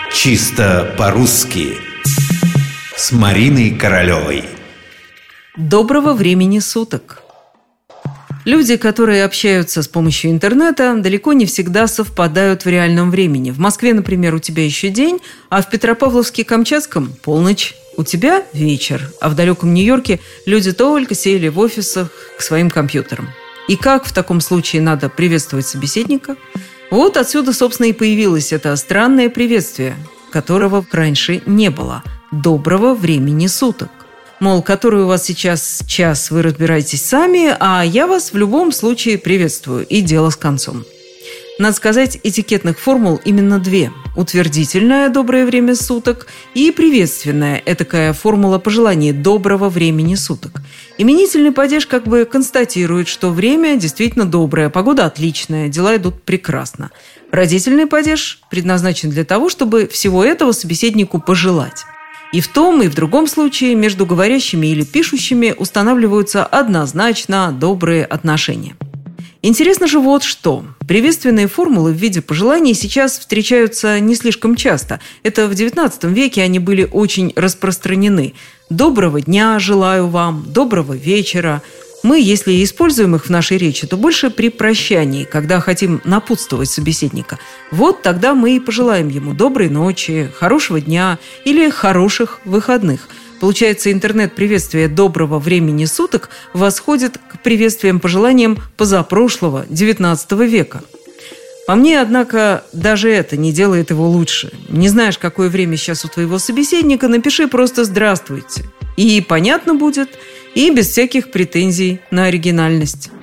Чисто по-русски с Мариной Королевой. Доброго времени суток. Люди, которые общаются с помощью интернета, далеко не всегда совпадают в реальном времени. В Москве, например, у тебя еще день, а в Петропавловске-Камчатском – полночь. У тебя вечер, а в далеком Нью-Йорке люди только сели в офисах к своим компьютерам. И как в таком случае надо приветствовать собеседника? Вот отсюда, собственно, и появилось это странное приветствие, которого раньше не было. Доброго времени суток. Мол, который у вас сейчас час, вы разбираетесь сами, а я вас в любом случае приветствую, и дело с концом. Надо сказать, этикетных формул именно две. Утвердительное «доброе время суток» и приветственная этакая формула пожелания «доброго времени суток». Именительный падеж как бы констатирует, что время действительно доброе, погода отличная, дела идут прекрасно. Родительный падеж предназначен для того, чтобы всего этого собеседнику пожелать. И в том, и в другом случае между говорящими или пишущими устанавливаются однозначно добрые отношения. Интересно же вот что. Приветственные формулы в виде пожеланий сейчас встречаются не слишком часто. Это в XIX веке они были очень распространены. «Доброго дня желаю вам», «доброго вечера». Мы, если и используем их в нашей речи, то больше при прощании, когда хотим напутствовать собеседника. Вот тогда мы и пожелаем ему доброй ночи, хорошего дня или хороших выходных. Получается, интернет-приветствие «доброго времени суток» восходит к приветствиям-пожеланиям позапрошлого, XIX века. По мне, однако, даже это не делает его лучше. Не знаешь, какое время сейчас у твоего собеседника, напиши просто «здравствуйте». И понятно будет, и без всяких претензий на оригинальность.